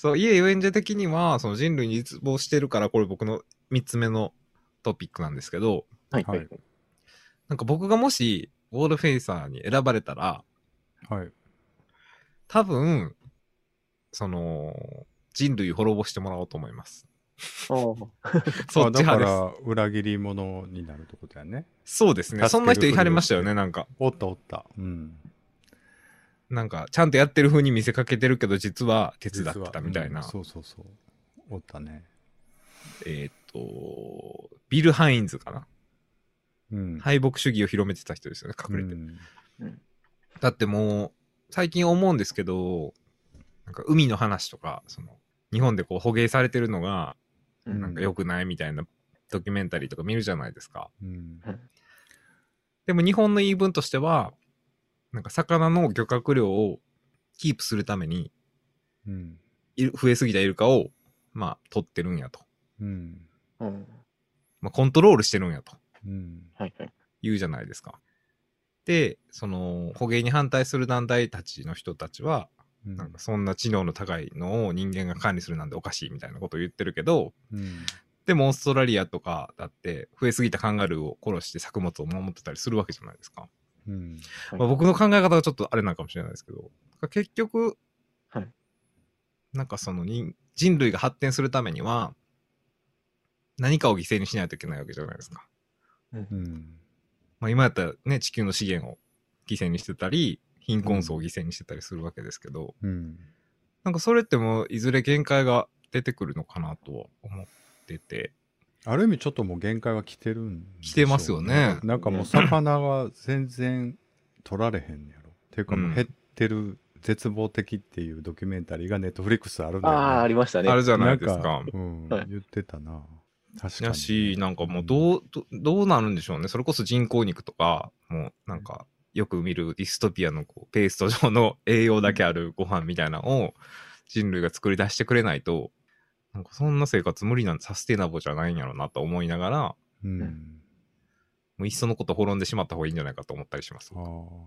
そう、イエイウェンジェ的には、その人類に絶望してるから、これ僕の3つ目のトピックなんですけど、 はい。 はい。 なんか僕がもし、ウォールフェイサーに選ばれたら、 はい。 多分、その、人類を滅ぼしてもらおうと思います。 おそっちだか派です。 ら裏切り者になるってことやね。 そうですね。 助けるそんな人いはりふりをましたよね、なんか。 おったおった。うん。 なんか、ちゃんとやってる風に見せかけてるけど、実は手伝ってたみたいな。 そうそうそう。おったね。 ビル・ハインズかな。 うん。 敗北主義を広めてた人ですよね、隠れて。 うん、 だってもう、最近思うんですけど、なんか海の話とか、その、日本でこう捕鯨されてるのが、なんか良くないみたいなドキュメンタリーとか見るじゃないですか。 うん、 でも日本の言い分としては、なんか魚の漁獲量をキープするために、 うん、 増えすぎたイルカを、まあ、取ってるんやと。 うんまあ、コントロールしてるんやと。 はいはい。 言うじゃないですか。で、その、捕鯨に反対する団体たちの人たちは、なんかそんな知能の高いのを人間が管理するなんておかしいみたいなことを言ってるけど、でもオーストラリアとかだって増えすぎたカンガルーを殺して作物を守ってたりするわけじゃないですか。まあ、僕の考え方がちょっとあれなんかもしれないですけど、結局、なんかその人類が発展するためには何かを犠牲にしないといけないわけじゃないですか。まあ、今やったらね、地球の資源を犠牲にしてたり、貧困層を犠牲にしてたりするわけですけど、なんかそれってもういずれ限界が出てくるのかなとは思ってて。 ある意味ちょっともう限界は来てるんでしょうね。 来てますよね。 なんかもう魚は全然取られへんやろ。っていうかもう減ってる絶望的っていうドキュメンタリーがネットフリックスあるんだよね。 ありましたね。 あるじゃないですか。 言ってたな。確かに、 やし、なんかもうどうなるんでしょうね。それこそ人工肉とか、もうなんか、よく見るディストピアのこうペースト状の栄養だけあるご飯みたいなのを人類が作り出してくれないと、なんかそんな生活無理なんてサステナブルじゃないんやろうなと思いながら、もういっそのこと滅んでしまった方がいいんじゃないかと思ったりします。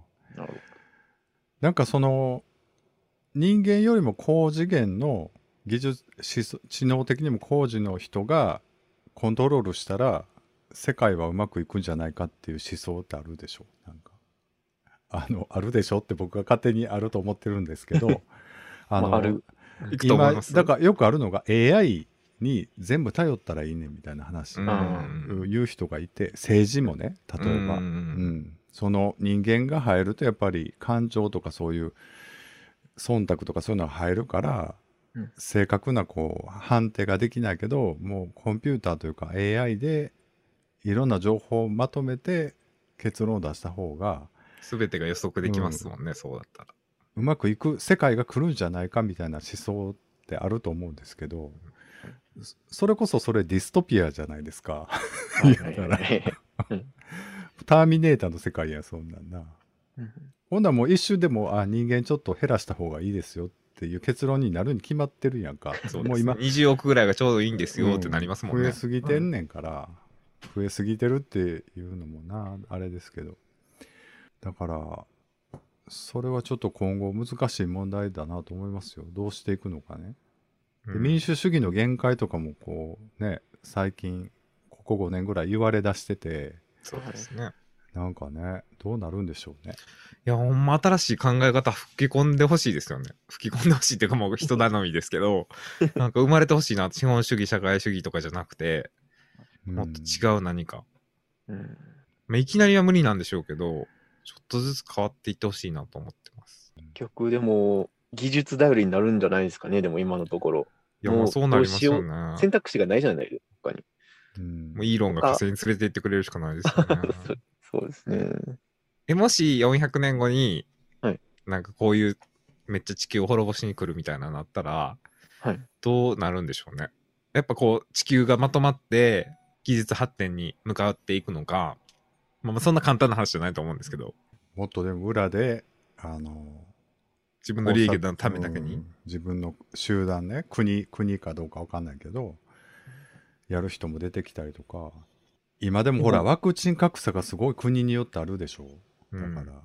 なんかその人間よりも高次元の技術知能的にも高次の人がコントロールしたら世界はうまくいくんじゃないかっていう思想ってあるでしょ。なんかあるでしょって僕が勝手にあると思ってるんですけどある。 今だからよくあるのが AI に全部頼ったらいいねみたいな話言う人がいて、政治もね、例えば、その人間が入るとやっぱり感情とかそういう忖度とかそういうのが入るから、正確なこう判定ができないけど、もうコンピューターというか AI でいろんな情報をまとめて結論を出した方が全てが予測できますもんね、そうだったら。 うまくいく世界が来るんじゃないかみたいな思想ってあると思うんですけど、それこそそれディストピアじゃないですか。言ったらターミネーターの世界やそんなんな。ほんならもう一瞬でも人間ちょっと減らした方がいいですよっていう結論になるに決まってるやんか。 そうもう今20億ぐらいがちょうどいいんですよってなりますもんね。 増えすぎてんねんから、増えすぎてるっていうのもなあれですけど、だからそれはちょっと今後難しい問題だなと思いますよ。どうしていくのかね。で民主主義の限界とかもこうね、最近ここ5年ぐらい言われ出してて、 そうですね。 なんかね、どうなるんでしょうね。 いや、ほんま新しい考え方吹き込んでほしいですよね。吹き込んでほしいっていうかもう人頼みですけど、なんか生まれてほしいな。資本主義、社会主義とかじゃなくて、もっと違う何か。まあ、いきなりは無理なんでしょうけど、ちょっとずつ変わっていってほしいなと思ってます。 結局でも技術頼りになるんじゃないですかね。でも今のところ。 いや、もうそうなりますよね。 選択肢がないじゃないですか、他に。 もうイーロンが火星に連れて行ってくれるしかないですよね。 そうですね。 もし400年後に、なんかこういうめっちゃ地球を滅ぼしに来るみたいなのなったら、どうなるんでしょうね。やっぱこう地球がまとまって技術発展に向かっていくのか、まあそんな簡単な話じゃないと思うんですけど。 もっとでも裏で自分の利益のためだけに、 自分の集団ね、国かどうか分かんないけどやる人も出てきたりとか、今でもほらワクチン格差がすごい国によってあるでしょ。だから、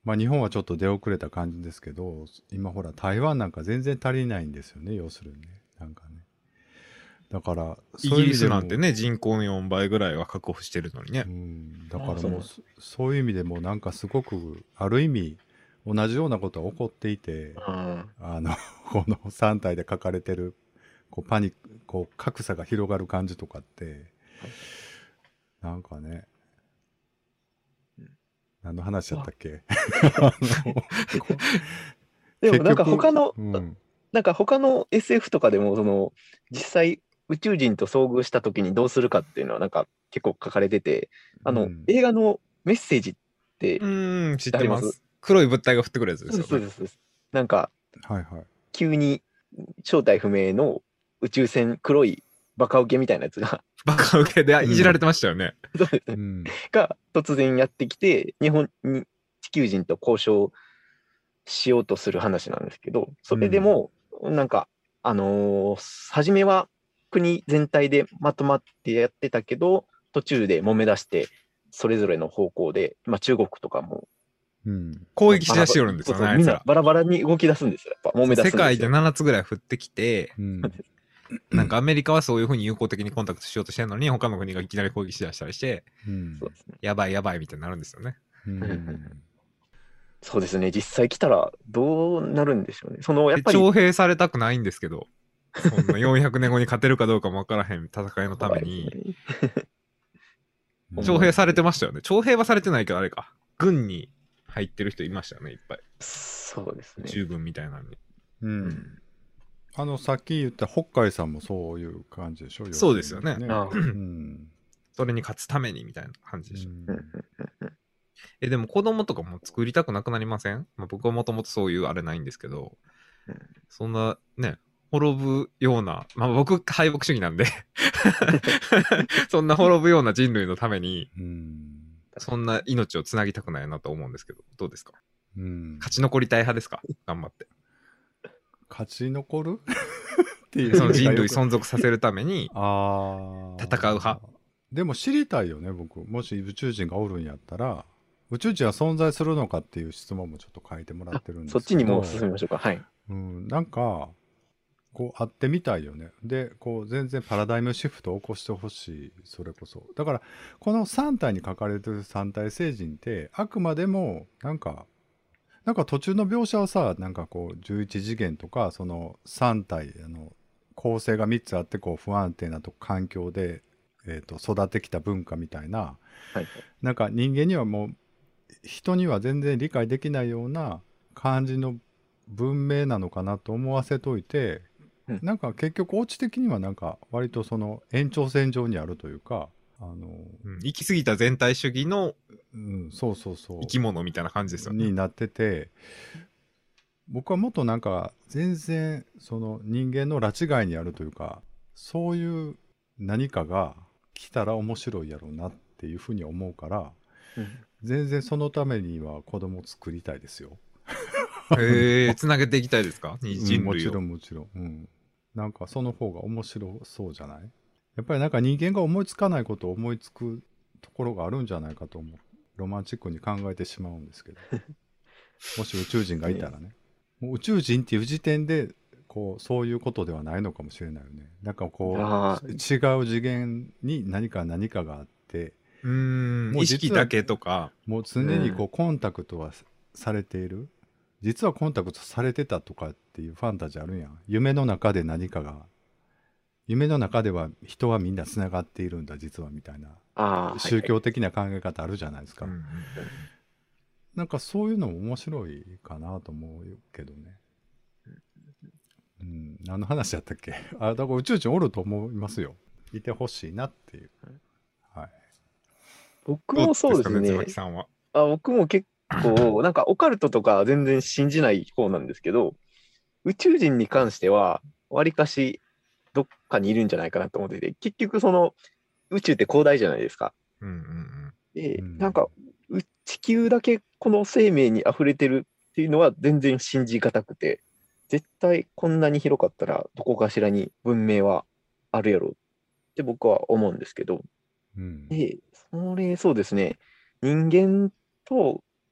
まあ日本はちょっと出遅れた感じですけど、今ほら台湾なんか全然足りないんですよね、要するにね。なんかね。だからイギリスなんてね、人口の4倍ぐらいは確保してるのにね。 だからもうそういう意味でもなんかすごくある意味同じようなことが起こっていて、この3体で書かれてるこうパニック、こう格差が広がる感じとかって、なんかね、何の話だったっけ？ でもなんか他の、なんか他の SF とかでも実際宇宙人と遭遇した時にどうするかっていうのはなんか結構書かれてて、映画のメッセージって知ってます。黒い物体が降ってくるやつですよね。 そうです。なんか、 はいはい、 急に正体不明の宇宙船黒いバカウケみたいなやつがバカウケでいじられてましたよね。 そうですね。が突然やってきて日本に地球人と交渉しようとする話なんですけど、それでもなんか初めは国全体でまとまってやってたけど、途中で揉め出してそれぞれの方向で、まあ中国とかも攻撃しだしてるんですよね。 みんなバラバラに動き出すんですよ。やっぱ揉め出すんですよ。 世界で7つぐらい降ってきて、なんかアメリカはそういうふうに友好的にコンタクトしようとしてるのに、他の国がいきなり攻撃しだしたりして、やばいやばいみたいになるんですよね。 そうですね。実際来たらどうなるんでしょうね。やっぱり徴兵されたくないんですけど、そんな400年後に勝てるかどうかもわからへん戦いのために、徴兵されてましたよね。徴兵はされてないけどあれか。軍に入ってる人いましたよね、いっぱい。 そうですね。 宇宙軍みたいなのに。 さっき言った北海さんもそういう感じでしょ。 そうですよね。それに勝つためにみたいな感じでしょ。でも子供とかも作りたくなくなりません？僕はもともとそういうあれないんですけど、そんなね、滅ぶような、僕敗北主義なんでそんな滅ぶような人類のために、そんな命をつなぎたくないなと思うんですけど、どうですか？勝ち残りたい派ですか？頑張って。 勝ち残るっていうその人類存続させるために戦う派。 でも知りたいよね、僕。もし宇宙人がおるんやったら、宇宙人は存在するのかっていう質問もちょっと書いてもらってるんですけど、 そっちにも進みましょうか。はい。 なんかこう会ってみたいよね。でこう全然パラダイムシフトを起こしてほしい。それこそだからこの3体に書かれてる3体星人ってあくまでもなんか途中の描写はさ、なんかこう11次元とかその3体構成が3つあってこう不安定な環境で、育ってきた文化みたいな、なんか人間にはもう人には全然理解できないような感じの文明なのかなと思わせといて、なんか結局オチ的にはなんか割とその延長線上にあるというか、 行き過ぎた全体主義のそう生き物みたいな感じですよね。 になってて、僕はもっとなんか全然その人間の拉致外にあるというか、そういう何かが来たら面白いやろうなっていうふうに思うから、全然そのためには子供作りたいですよ。 つなげていきたいですか？人類を。 もちろん、なんかその方が面白そうじゃない？やっぱりなんか人間が思いつかないことを思いつくところがあるんじゃないかと思う。ロマンチックに考えてしまうんですけどもし宇宙人がいたらね、もう宇宙人っていう時点でこうそういうことではないのかもしれないよね。なんかこう違う次元に何かがあって、 もう意識だけとかもう常にこうコンタクトはされている、実はコンタクトされてたとかっていうファンタジーあるやん。夢の中で何かが、夢の中では人はみんなつながっているんだ実はみたいな宗教的な考え方あるじゃないですか。なんかそういうのも面白いかなと思うけどね。何の話だったっけ？だから宇宙人おると思いますよ。いてほしいなっていう。 僕もそうですね。僕も結構なんかオカルトとか全然信じない方なんですけど、宇宙人に関してはわりかしどっかにいるんじゃないかなと思ってて、結局その宇宙って広大じゃないですか。で、なんか地球だけこの生命に溢れてるっていうのは全然信じがたくて、絶対こんなに広かったらどこかしらに文明はあるやろうって僕は思うんですけど、でそうですね、人間と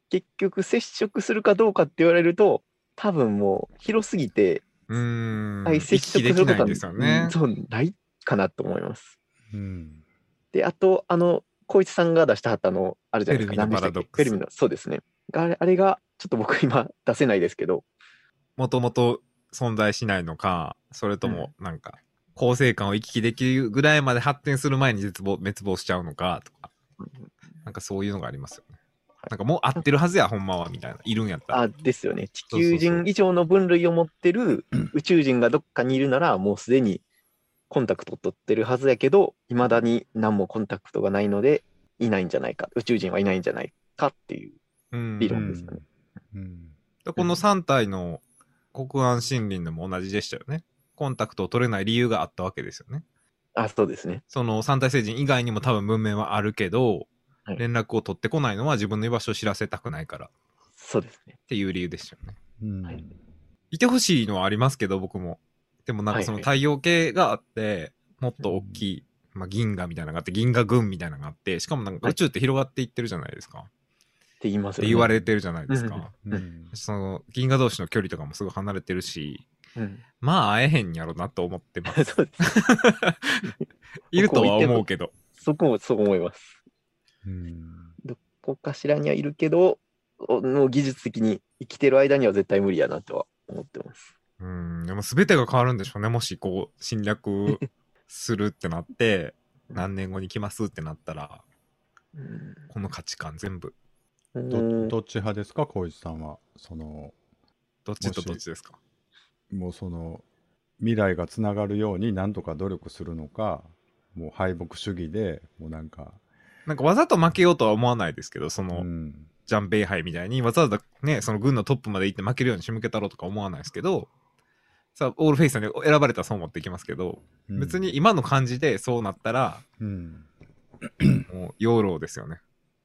結局接触するかどうかって言われると、多分もう広すぎて、接触することは、そうないかなと思います。で、あと、光一さんが出したはったあるじゃないですか。 フェルミのパラドックス。 フェルミの、そうですね。あれが、ちょっと僕今出せないですけど。 もともと存在しないのか、それともなんか、構成感を行き来できるぐらいまで発展する前に滅亡しちゃうのかとか、なんかそういうのがありますよね。なんかもう合ってるはずや、ほんまはみたいな、いるんやったら。 あ、ですよね。地球人以上の分類を持ってる宇宙人がどっかにいるなら、もうすでにコンタクト取ってるはずやけど、いまだに何もコンタクトがないので、いないんじゃないか、宇宙人はいないんじゃないかっていう理論ですよね。 この3体の黒暗森林でも同じでしたよね。コンタクトを取れない理由があったわけですよね。 あ、そうですね。 その3体星人以外にも多分文明はあるけど、はい、連絡を取ってこないのは自分の居場所を知らせたくないから。 そうですね。 っていう理由でしたよね。はい、いてほしいのはありますけど、僕も。でもなんかその太陽系があって、もっと大きい、まあ、銀河みたいなのがあって、銀河群みたいなのがあって、しかもなんか宇宙って広がっていってるじゃないですか。 って言いますよね。 って言われてるじゃないですか。その銀河同士の距離とかもすごい離れてるし、まあ会えへんやろなと思ってます。そうですいるとは思うけど。 そう思います。どこかしらにはいるけど、技術的に生きてる間には絶対無理やなとは思ってます。 でも全てが変わるんでしょうね。もしこう侵略するってなって何年後に来ますってなったら、この価値観全部。 どっち派ですか、光一さんは。 どっちとどっちですか。 もう未来がつながるように何とか努力するのか、もう敗北主義でもうなんかわざと負けようとは思わないですけど、ジャンベイハイみたいにわざわざね、その軍のトップまで行って負けるように仕向けたろうとか思わないですけど、さあオールフェイスに選ばれたらそう思っていきますけど、別に今の感じでそうなったら、もう養老ですよね。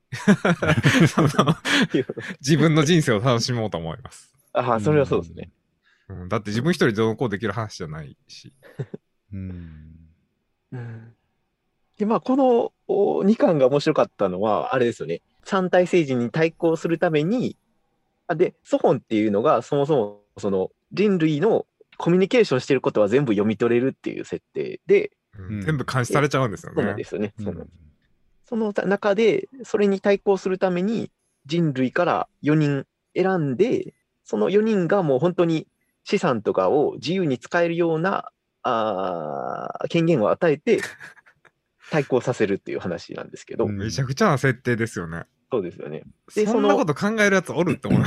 自分の人生を楽しもうと思います。 ああ、それはそうですね。 だって自分一人どうこうできる話じゃないし。 で、まあ、この2巻が面白かったのは、あれですよね。三体星人に対抗するために、で、ソホンっていうのが、そもそも、人類のコミュニケーションしてることは全部読み取れるっていう設定で、 全部監視されちゃうんですよね。 そうなんですよね。その中で、それに対抗するために、人類から4人選んで、その4人がもう本当に資産とかを自由に使えるような権限を与えて対抗させるっていう話なんですけど。 めちゃくちゃな設定ですよね。 そうですよね。 で、そんなこと考えるやつおるって思います。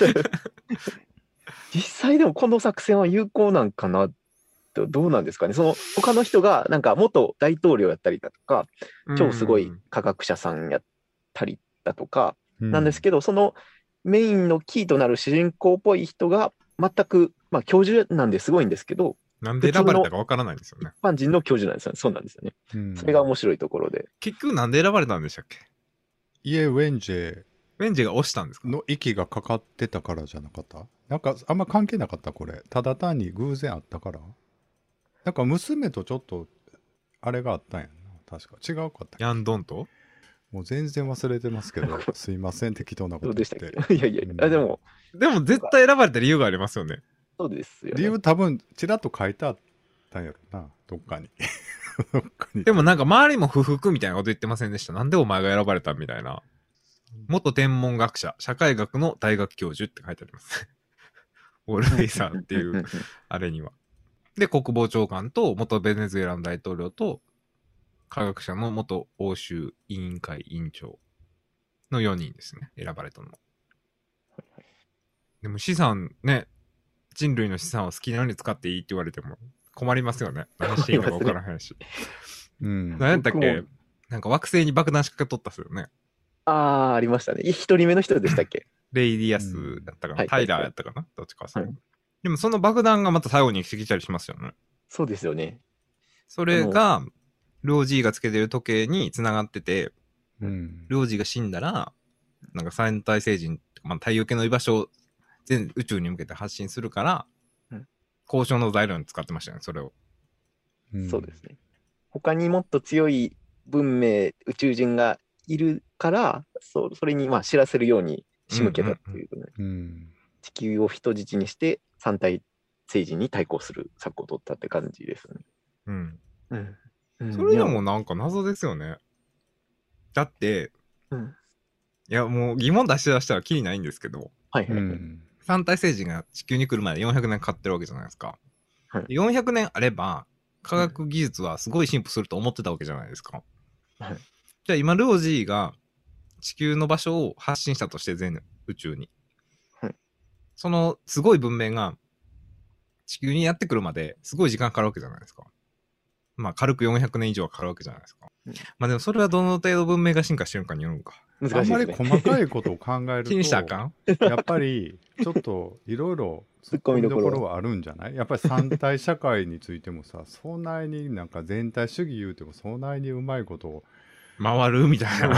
実際でもこの作戦は有効なんかなと、どうなんですかね。他の人がなんか元大統領やったりだとか、超すごい科学者さんやったりだとかなんですけど、そのメインのキーとなる主人公っぽい人が全く、まあ教授なんですごいんですけど、 なんで選ばれたかわからないんですよね。 一般人の教授なんですよね。そうなんですよね。それが面白いところで。 結局なんで選ばれたんでしたっけ。 ウェンジェが押したんですか。 の息がかかってたからじゃなかった。なんかあんま関係なかった、これ。ただ単に偶然あったから。なんか娘とちょっとあれがあったんやな。確か違うかった。 ヤンドンともう全然忘れてますけど、すいません、適当なこと言って。どうでしたっけ。いやいや、でも絶対選ばれた理由がありますよね。 そうですよね。 理由多分ちらっと書いてあったんやろな、どっかに。 でもなんか周りも不服みたいなこと言ってませんでした。なんでお前が選ばれたみたいな。元天文学者、社会学の大学教授って書いてあります。オールフェイサーっていうあれには。で、国防長官と元ベネズエラの大統領と科学者の元欧州委員会委員長の4人ですね。選ばれたの。でも資産ね、人類の資産を好きなように使っていいって言われても困りますよね。何していいのか分からへんし。何やったっけ。なんか惑星に爆弾仕掛けとったっすよね。 ありましたね。一人目の人でしたっけ。 レイディアスだったかな、タイラーやったかな、どっちかさ、でもその爆弾がまた最後にしてきたりしますよね。 そうですよね。 それがルオージーがつけてる時計に繋がってて、ルオージーが死んだらなんか三体星人、まあ、太陽系の居場所を全宇宙に向けて発信するから、交渉の材料に使ってましたね、それを。 そうですね。他にもっと強い文明宇宙人がいるから、それにまあ知らせるように仕向けたっていう、地球を人質にして三体星人に対抗する策を取ったって感じですね。 それでもなんか謎ですよね。だって、いやもう疑問出し出したらきりないんですけど、三体星人が地球に来るまで400年かかってるわけじゃないですか。400年あれば科学技術はすごい進歩すると思ってたわけじゃないですか。じゃあ今ルオジーが地球の場所を発信したとして全宇宙に、そのすごい文明が地球にやってくるまですごい時間かかるわけじゃないですか。まあ軽く400年以上はかかるわけじゃないですか。まあでもそれはどの程度文明が進化してるかによるのか。 あんまり細かいことを考えると気にしたらあかんやっぱりちょっといろいろ突っ込みどころはあるんじゃない？やっぱり三体社会についてもさ、そないになんか全体主義言うてもそないにうまいことを回るみたいな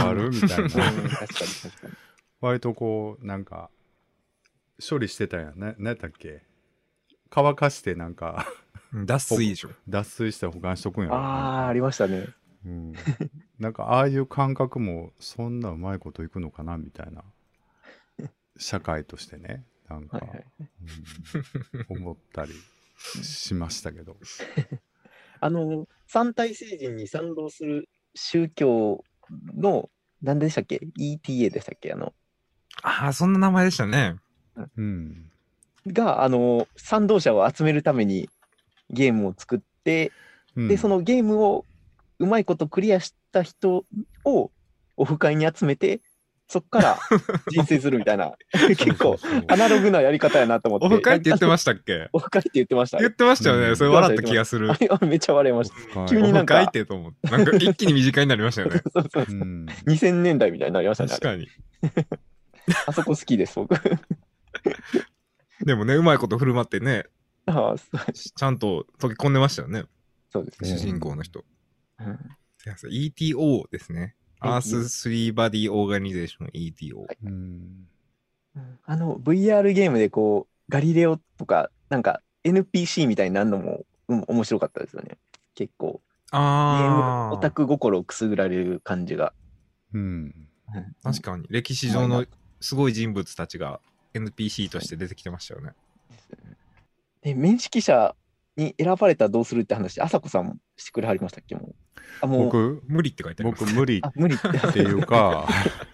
割とこうなんか処理してたやんね。何やったっけ、乾かしてなんか脱水でしょ。 脱水して保管しとくんやろ、ね、 ありましたね。 なんかああいう感覚もそんなうまいこといくのかなみたいな社会としてね、なんか、思ったりしましたけど三体星人に賛同する宗教の何でしたっけ、 ETA でしたっけ、 そんな名前でしたね。 が賛同者を集めるためにゲームを作って、でそのゲームをうまいことクリアした人をオフ会に集めて、そっから人生するみたいな結構アナログなやり方やなと思って。 オフ会って言ってましたっけ？ オフ会って言ってました。 言ってましたよね。それ笑った気がする。 めっちゃ笑いました。急になんか。 オフ会ってと思って。なんか一気に短になりましたよね。 そう2000年代みたいになりましたね。 確かに。 あそこ好きです、僕。 でもね、うまいこと振る舞ってね、ちゃんと溶け込んでましたよね。 そうですね。 主人公の人。ETO ですね。Earth Three Body Organization ETO。 VR ゲームでこう、ガリレオとか、なんか NPC みたいになるのも、面白かったですよね。結構。ゲームオタク心をくすぐられる感じが。 確かに。歴史上のすごい人物たちが NPC として出てきてましたよね。 で、面識者に選ばれたらどうするって話、あさこさんしてくれはりましたっけ？もう僕無理って書いてあります。 僕無理っていうか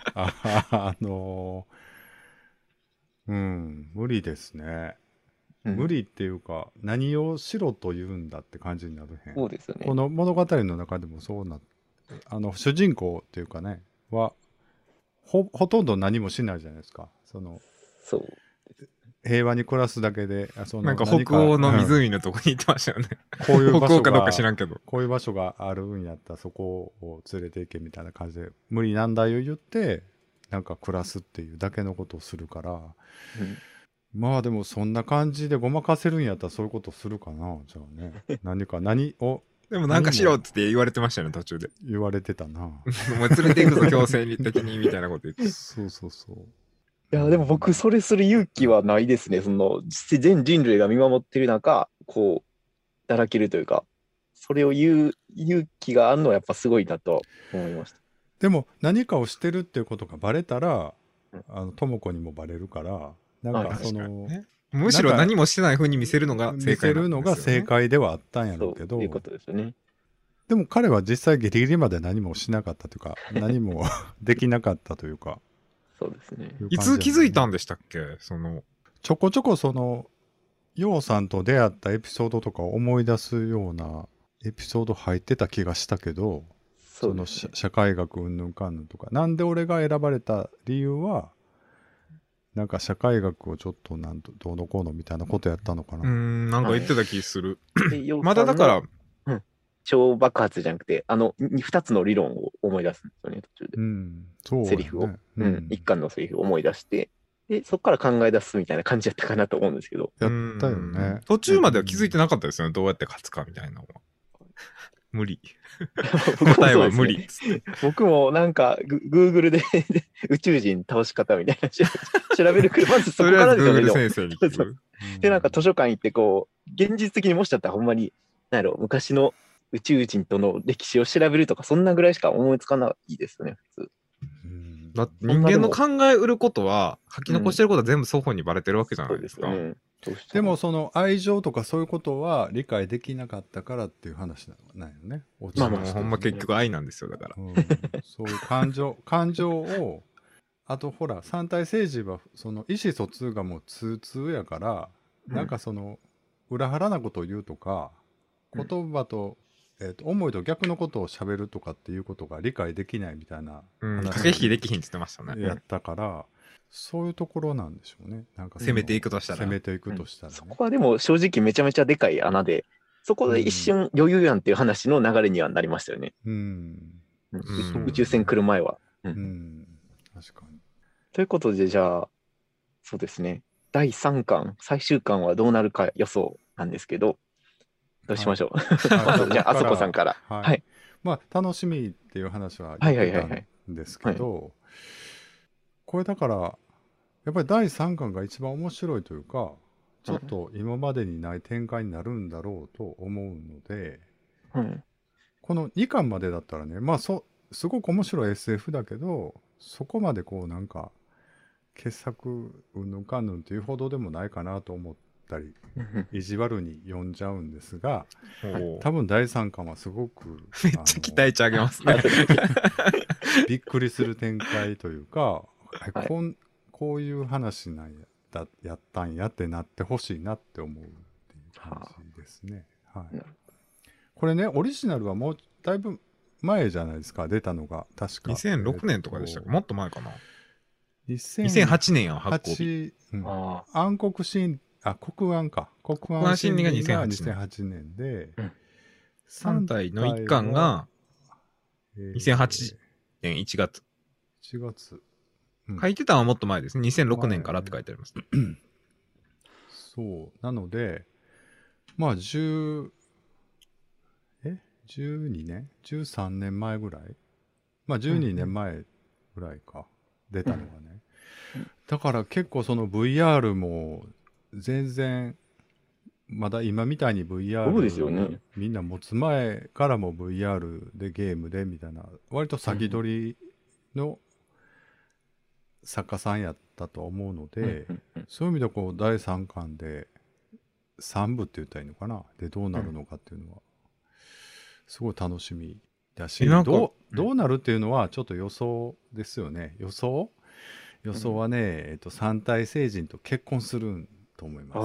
無理ですね。無理っていうか、何をしろと言うんだって感じになるへん。 そうですよね。 この物語の中でもそうな、主人公っていうかねはほとんど何もしないじゃないですか。 そう平和に暮らすだけで、 なんか北欧の湖のとこに行ってましたよね。 こういう場所が北欧かどうか知らんけど、 こういう場所があるんやったらそこを連れて行けみたいな感じで無理難題を言ってなんか暮らすっていうだけのことをするから、まあでもそんな感じでごまかせるんやったらそういうことするかな。じゃあね何をでもなんかしろって言われてましたよね、途中で。 言われてたな。 もう連れて行くぞ強制的にみたいなこと言って。 そう。 いや、でも僕、それする勇気はないですね。全人類が見守ってる中、こう、だらけるというか、それを言う勇気があるのはやっぱすごいなと思いました。 でも、何かをしてるっていうことがバレたら、智子にもバレるから、なんかむしろ何もしてない風に見せるのが正解なんですよね。 見せるのが正解ではあったんやろうけど、 そういうことですよね。 でも彼は実際ギリギリまで何もしなかったというか、何もできなかったというか。 そうですね。 いつ気づいたんでしたっけ？ ちょこちょこヨウさんと出会ったエピソードとかを思い出すようなエピソード入ってた気がしたけど、 そうですね、 社会学うんぬんかんぬんとか、なんで俺が選ばれた理由はなんか社会学をちょっとどうのこうのみたいなことやったのかな。 なんか言ってた気する。まだだから、 超爆発じゃなくて、2つの理論を思い出すんですよね、途中で。 そうね、 セリフを、一巻のセリフを思い出して、で、そこから考え出すみたいな感じだったかなと思うんですけど。 やったよね。 途中までは気づいてなかったですよね、どうやって勝つかみたいなのは。無理。答えは無理。 僕もなんか、Google で宇宙人倒し方みたいな調べるまずそこからですよね。 Google 先生に聞く。 で、なんか図書館行ってこう、現実的にもしだったらほんまに、なんやろ、昔の宇宙人との歴史を調べるとか、そんなぐらいしか思いつかないですね、普通。 だって人間の考えうることは、書き残してることは全部双方にバレてるわけじゃないですか。 でもその愛情とかそういうことは理解できなかったからっていう話なんよね。 まあほんま結局愛なんですよ、だから。 そういう感情を、あとほら、三体政治はその意思疎通がもう通やから、なんかその裏腹なことを言うとか、言葉と、思いと逆のことを喋るとかっていうことが理解できないみたいな話、駆け引きできひんって言ってましたね。 やったから、そういうところなんでしょうね。なんか攻めていくとしたら。 ね、 そこはでも正直めちゃめちゃでかい穴で、そこで一瞬余裕やんっていう話の流れにはなりましたよね。宇宙船来る前は。 確かに。 ということで、じゃあ、そうですね。第3巻、最終巻はどうなるか予想なんですけど、どうしましょう。じゃあ、あそこさんから。はい。 まあ、楽しみっていう話は言ってたんですけど、これだから、やっぱり第3巻が一番面白いというか、ちょっと今までにない展開になるんだろうと思うので、この2巻までだったらね、まあすごく面白い SF だけど、そこまでこうなんか、傑作うんぬんかんぬんっていうほどでもないかなと思ったり、意地悪に読んじゃうんですが、多分第3巻はすごくめっちゃ期待値上げますね。 びっくりする展開というか、こういう話なんやったんやってなってほしいなって思うっていう感じですね。これね、オリジナルはもうだいぶ前じゃないですか、出たのが。確か。 2006年とかでしたっけ？もっと前かな。2008年や、発行日。 暗黒神、国安か。 国安心理が 2008年で、 3体の1巻が2008年1月。 1月。 書いてたのはもっと前ですね。2006年からって書いてあります。 そう。なので、まあ12年 ?13 年前ぐらい、まあ12年前ぐらいか。出たのがね。だから結構その VR も全然、まだ今みたいに VR そうですよね。 みんな持つ前からも VR でゲームでみたいな、割と先取りの作家さんやったと思うので、そういう意味でこう第3巻で3部って言ったらいいのかなでどうなるのかっていうのはすごい楽しみだし、どうなるっていうのはちょっと予想ですよね。予想はね、三体星人と結婚すると思います。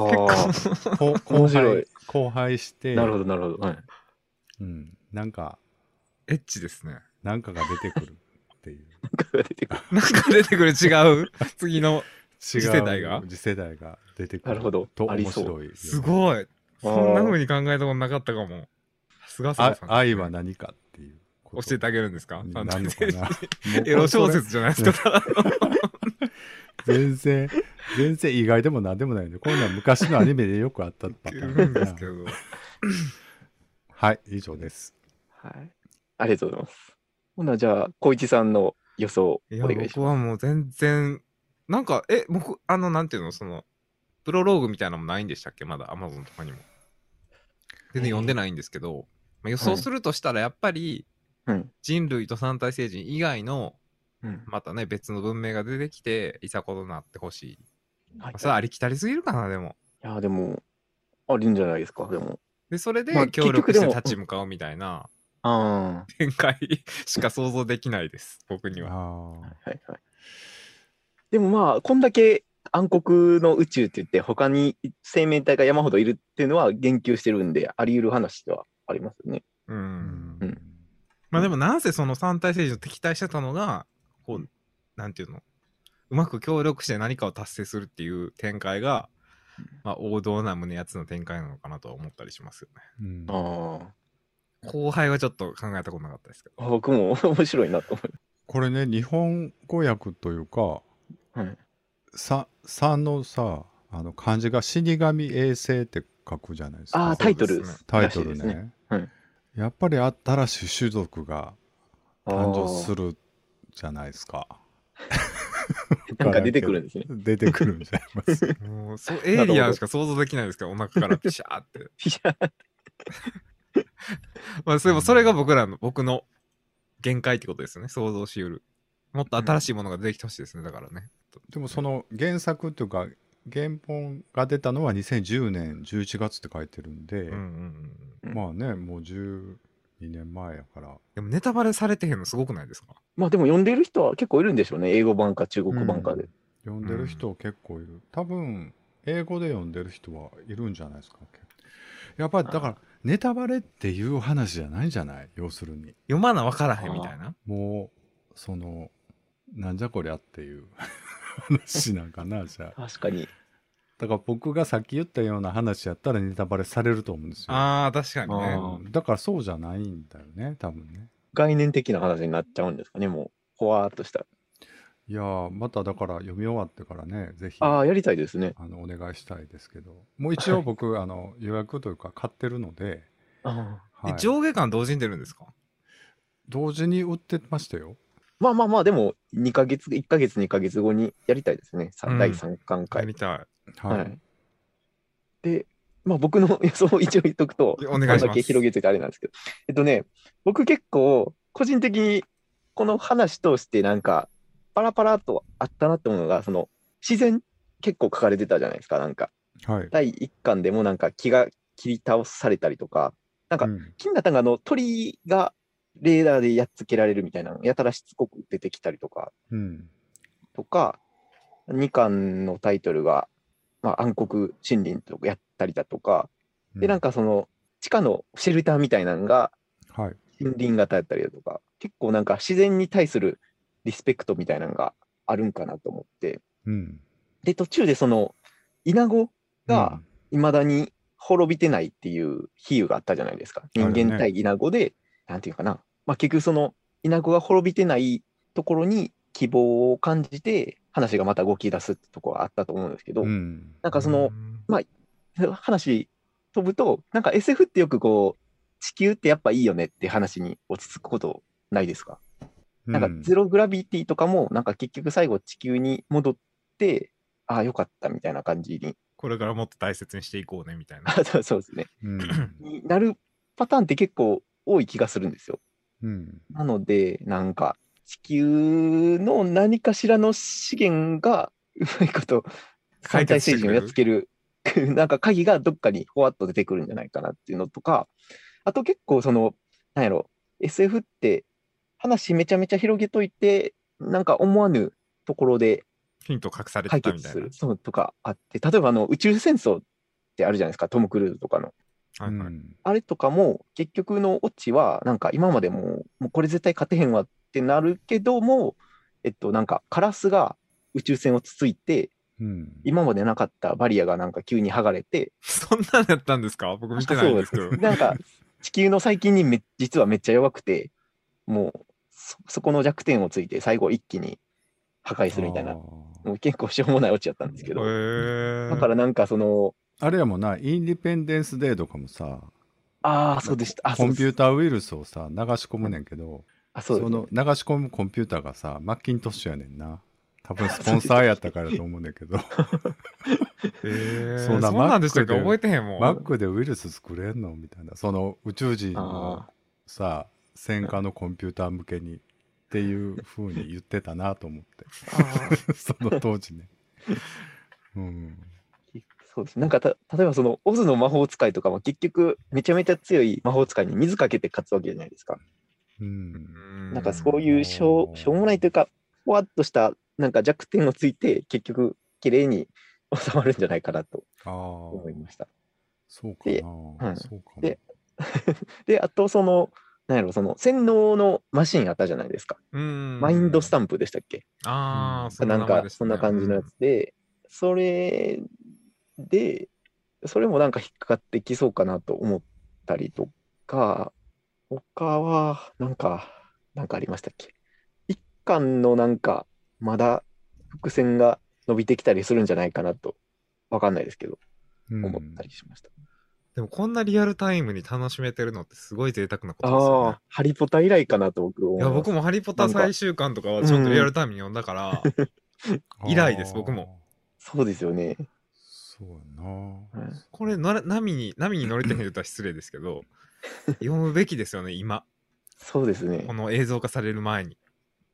交配して、 なるほどなるほど。 なんかエッチですね。 なんかが出てくるっていう。 なんか出てくる違う次の次世代が出てくる。 なるほど。 と面白い。 すごい。そんな風に考えたことなかったかも。 さすがさん。愛は何かっていう。 教えてあげるんですか？ 何のかな。 エロ小説じゃないですか。 全然意外でも何でもないので、こんな昔のアニメでよくあったパターンですけど。 はい、以上です。 はい。ありがとうございます。ほな、じゃあ、小一さんの予想お願いします。 僕はもう全然、なんか、僕、なんていうの、その、プロローグみたいなのもないんでしたっけ？まだ Amazon とかにも。全然読んでないんですけど、予想するとしたらやっぱり、人類と三体星人以外の、またね、別の文明が出てきて、いざことなってほしい。それはありきたりすぎるかな、でも。 いや、でも、あるんじゃないですか、でも。 で、それで協力して立ち向かうみたいな、展開しか想像できないです、僕には。 でもまあ、こんだけ暗黒の宇宙って言って、他に生命体が山ほどいるっていうのは言及してるんで、あり得る話ではありますよね。 まあでもなんせその三体星人と敵対してたのが、こう、なんていうの、うまく協力して何かを達成するっていう展開が、まあ王道な胸やつの展開なのかなとは思ったりしますよね。後輩はちょっと考えたことなかったですけど。 僕も面白いなと思う。 これね、日本語訳というか、3のさ、漢字が死神衛星って書くじゃないですか。 タイトルね。やっぱり新しい種族が誕生するじゃないですか。 なんか出てくるんですね。 出てくるんじゃいます。 もうエイリアンしか想像できないですけど、お腹からピシャーって。 ピシャーって。 まあ、それが僕の限界ってことですよね。想像しうる。 もっと新しいものが出てきてほしいですね、だからね。 でもその原作っていうか原本が出たのは2010年11月って書いてるんで、まあねもう12年前やから。 でもネタバレされてへんのすごくないですか？ まあでも読んでる人は結構いるんでしょうね。英語版か中国版かで。 読んでる人結構いる。多分英語で読んでる人はいるんじゃないですか。やっぱりだからネタバレっていう話じゃないんじゃない？要するに読まな分からへんみたいな。 もうそのなんじゃこりゃっていう話なんかな。じゃあ確かに。 だから僕がさっき言ったような話やったらネタバレされると思うんですよ。 ああ確かにね。 だからそうじゃないんだよね多分ね。 概念的な話になっちゃうんですかね、もうほわーっとした。 いやーまただから読み終わってからねぜひやりたいですね。 お願いしたいですけど、もう一応僕予約というか買ってるので、 はい、 上下巻同時に出るんですか？ 同時に売ってましたよ。 まあでも1ヶ月2ヶ月後にやりたいですね、第3巻回。 やりたい。はい。で、まあ僕の予想を一応言っとくと、 お願いします。 こんだけ広げといてあれなんですけど、僕結構個人的にこの話通してなんかパラパラとあったなって思うのが、その自然結構書かれてたじゃないですか、なんか。 はい、 第1巻でもなんか木が切り倒されたりとか、なんか気になったのが鳥がレーダーでやっつけられるみたいなのやたらしつこく出てきたりとか、とか、2巻のタイトルが、まあ、暗黒森林とかやったりだとか、で、なんかその地下のシェルターみたいなのが森林型やったりだとか、結構なんか自然に対するリスペクトみたいなのがあるんかなと思って、で、途中でそのイナゴがいまだに滅びてないっていう比喩があったじゃないですか。人間対イナゴで、なんていうかな、まあ、結局そのイナゴが滅びてないところに希望を感じて話がまた動き出すってところがあったと思うんですけど、なんかその、まあ、話飛ぶと、なんか SF ってよくこう、地球ってやっぱいいよねって話に落ち着くことないですか？なんかゼログラビティとかも、なんか結局最後地球に戻って、ああ、よかったみたいな感じに。 これからもっと大切にしていこうねみたいな。 そうですね。になるパターンって結構多い気がするんですよ。なので、なんか地球の何かしらの資源がうまいこと三体星人をやっつける、なんか鍵がどっかにほわっと出てくるんじゃないかなっていうのとか、あと結構その、なんやろ、SF って話めちゃめちゃ広げといて、なんか思わぬところでヒント隠されてたみたいな。 そうとかあって、例えば宇宙戦争ってあるじゃないですか、トム・クルーズとかの。あれとかも結局のオチは、なんか今までもうこれ絶対勝てへんわってなるけども、なんかカラスが宇宙船をつついて、今までなかったバリアがなんか急に剥がれて。 そんなのやったんですか？僕見てないんですけど。 なんか地球の細菌に実はめっちゃ弱くて、もうそこの弱点をついて最後一気に破壊するみたいな、もう結構しょうもないオチやったんですけど、だからなんかそのあれやもんな、インディペンデンス・デーとかもさ、 そうでした。 コンピューターウイルスをさ流し込むねんけど、その流し込むコンピューターがさマッキントッシュやねんな。多分スポンサーやったからと思うんだけどそうなんでしたっけ？覚えてへんもん。 マックでウイルス作れんのみたいな、その宇宙人のさ戦火のコンピューター向けにっていう風に言ってたなと思ってその当時ね。 そうです。なんか例えばそのオズの魔法使いとかも結局めちゃめちゃ強い魔法使いに水かけて勝つわけじゃないですか。なんかそういうしょうもないというか、ふわっとしたなんか弱点をついて結局綺麗に収まるんじゃないかなと思いました。 そうかな。 で、あとその、なんやろ、その洗脳のマシンあったじゃないですか。マインドスタンプでしたっけ？なんかそんな感じのやつで、それもなんか引っかかってきそうかなと思ったりとか、他はなんかありましたっけ？一巻のなんかまだ伏線が伸びてきたりするんじゃないかなと、わかんないですけど、思ったりしました。 でもこんなリアルタイムに楽しめてるのってすごい贅沢なことですよね。 ハリポタ以来かなと僕思います。 いや僕もハリポタ最終巻とかはちょっとリアルタイムに読んだから、以来です僕も。 そうですよね。 そうやな。 これ波に乗れてへんと言ったら失礼ですけど読むべきですよね今。 そうですね。 この映像化される前に。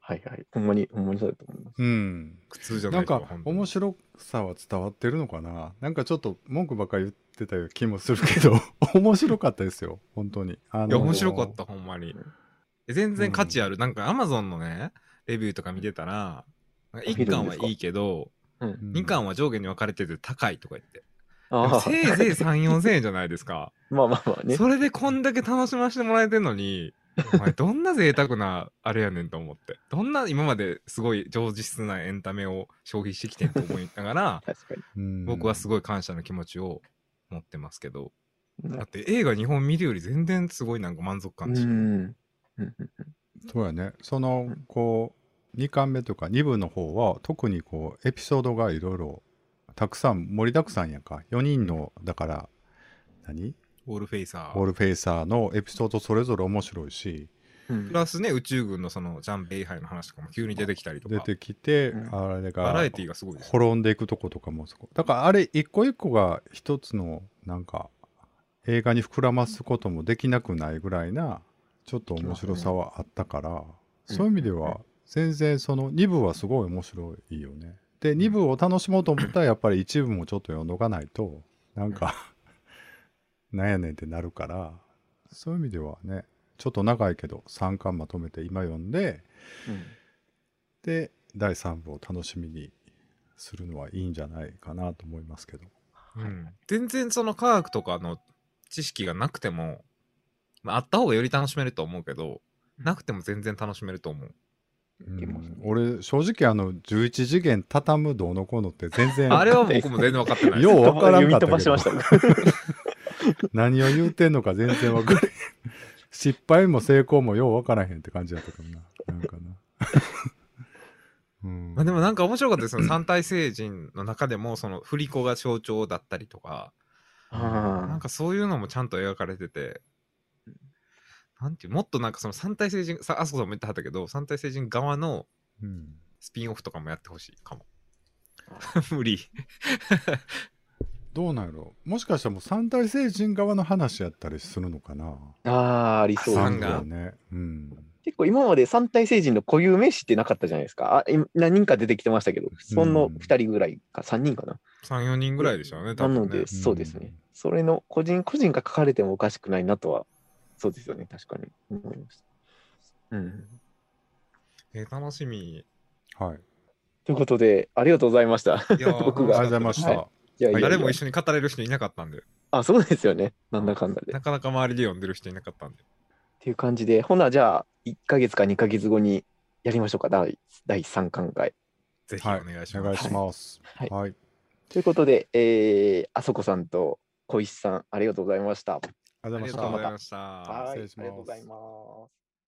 はいはい。ほんまにそうだと思います。 うん。 苦痛じゃなないんかですか、本当に。 面白さは伝わってるのかな。なんかちょっと文句ばっかり言ってたような気もするけど、面白かったですよ、本当に。 いや、面白かった、ほんまに。全然価値ある。なんか、アマゾンのね、レビューとか見てたら、1巻はいいけど、2巻は上下に分かれてて高いとか言って。でもせいぜい3、4千円じゃないですか。 まあまあまあね。 それでこんだけ楽しませてもらえてんのに、お前どんな贅沢なあれやねんと思って。どんな今まですごい上質なエンタメを消費してきてんと思いながら、 確かに。 僕はすごい感謝の気持ちを持ってますけど。 だだって映画2本見るより全然すごいなんか満足感でしょ。 そうやね。こう、2巻目とか2部の方は、特にこう、エピソードがいろいろ、たくさん、盛りだくさんやんか。4人の、だから、 ウォールフェイサウォールフェイサーのエピソードそれぞれ面白いし、 プラスね、宇宙軍のそのジャン・ベイハイの話とかも急に出てきたりとか。 出てきて、あれが、 バラエティがすごいです。 滅んでいくとことかもすごい。だからあれ、一個一個が一つの、なんか、映画に膨らますこともできなくないぐらいな、ちょっと面白さはあったから、そういう意味では、全然その2部はすごい面白いよね。で、2部を楽しもうと思ったら、やっぱり1部もちょっと読んどかないと、なんか、なんやねんってなるから、そういう意味ではね、ちょっと長いけど3巻まとめて今読んで、で第3部を楽しみにするのはいいんじゃないかなと思いますけど、 全然その科学とかの知識がなくても、あった方がより楽しめると思うけど、なくても全然楽しめると思う。 俺正直11次元畳むどうのこうのって全然あれは僕も全然分かってないよう分からんかったけど読み飛ばしました何を言うてんのか全然分からへん失敗も成功もよう分からへんって感じだったかな、なんかなでもなんか面白かったですよ三体星人の中でもその振り子が象徴だったりとか、なんかそういうのもちゃんと描かれてて、なんていう、もっとなんかその三体星人、あそこさんも言ってはったけど、三体星人側のスピンオフとかもやってほしいかも。無理。 どうなんやろ、もしかしたらもう三体星人側の話やったりするのかな。 ありそうですね。 結構今まで三体星人の固有名詞ってなかったじゃないですか。何人か出てきてましたけど、その2人ぐらいか、3人かな。 3、4人ぐらいでしょうね、多分ね。 なので、そうですね。それの個人個人が書かれてもおかしくないなとは、そうですよね、確かに思いました。 楽しみ。 はい。 ということで、ありがとうございました。 僕がありがとうございました。 誰も一緒に語れる人いなかったんで。 そうですよね。なんだかんだで。 なかなか周りで読んでる人いなかったんで。 っていう感じで、ほな、じゃあ、1ヶ月か2ヶ月後にやりましょうか、第3巻会。 ぜひお願いします。 お願いします。 はい。ということで、あそこさんと小石さん、ありがとうございました。 ありがとうございました。 ありがとうございました。 はい、ありがとうございます。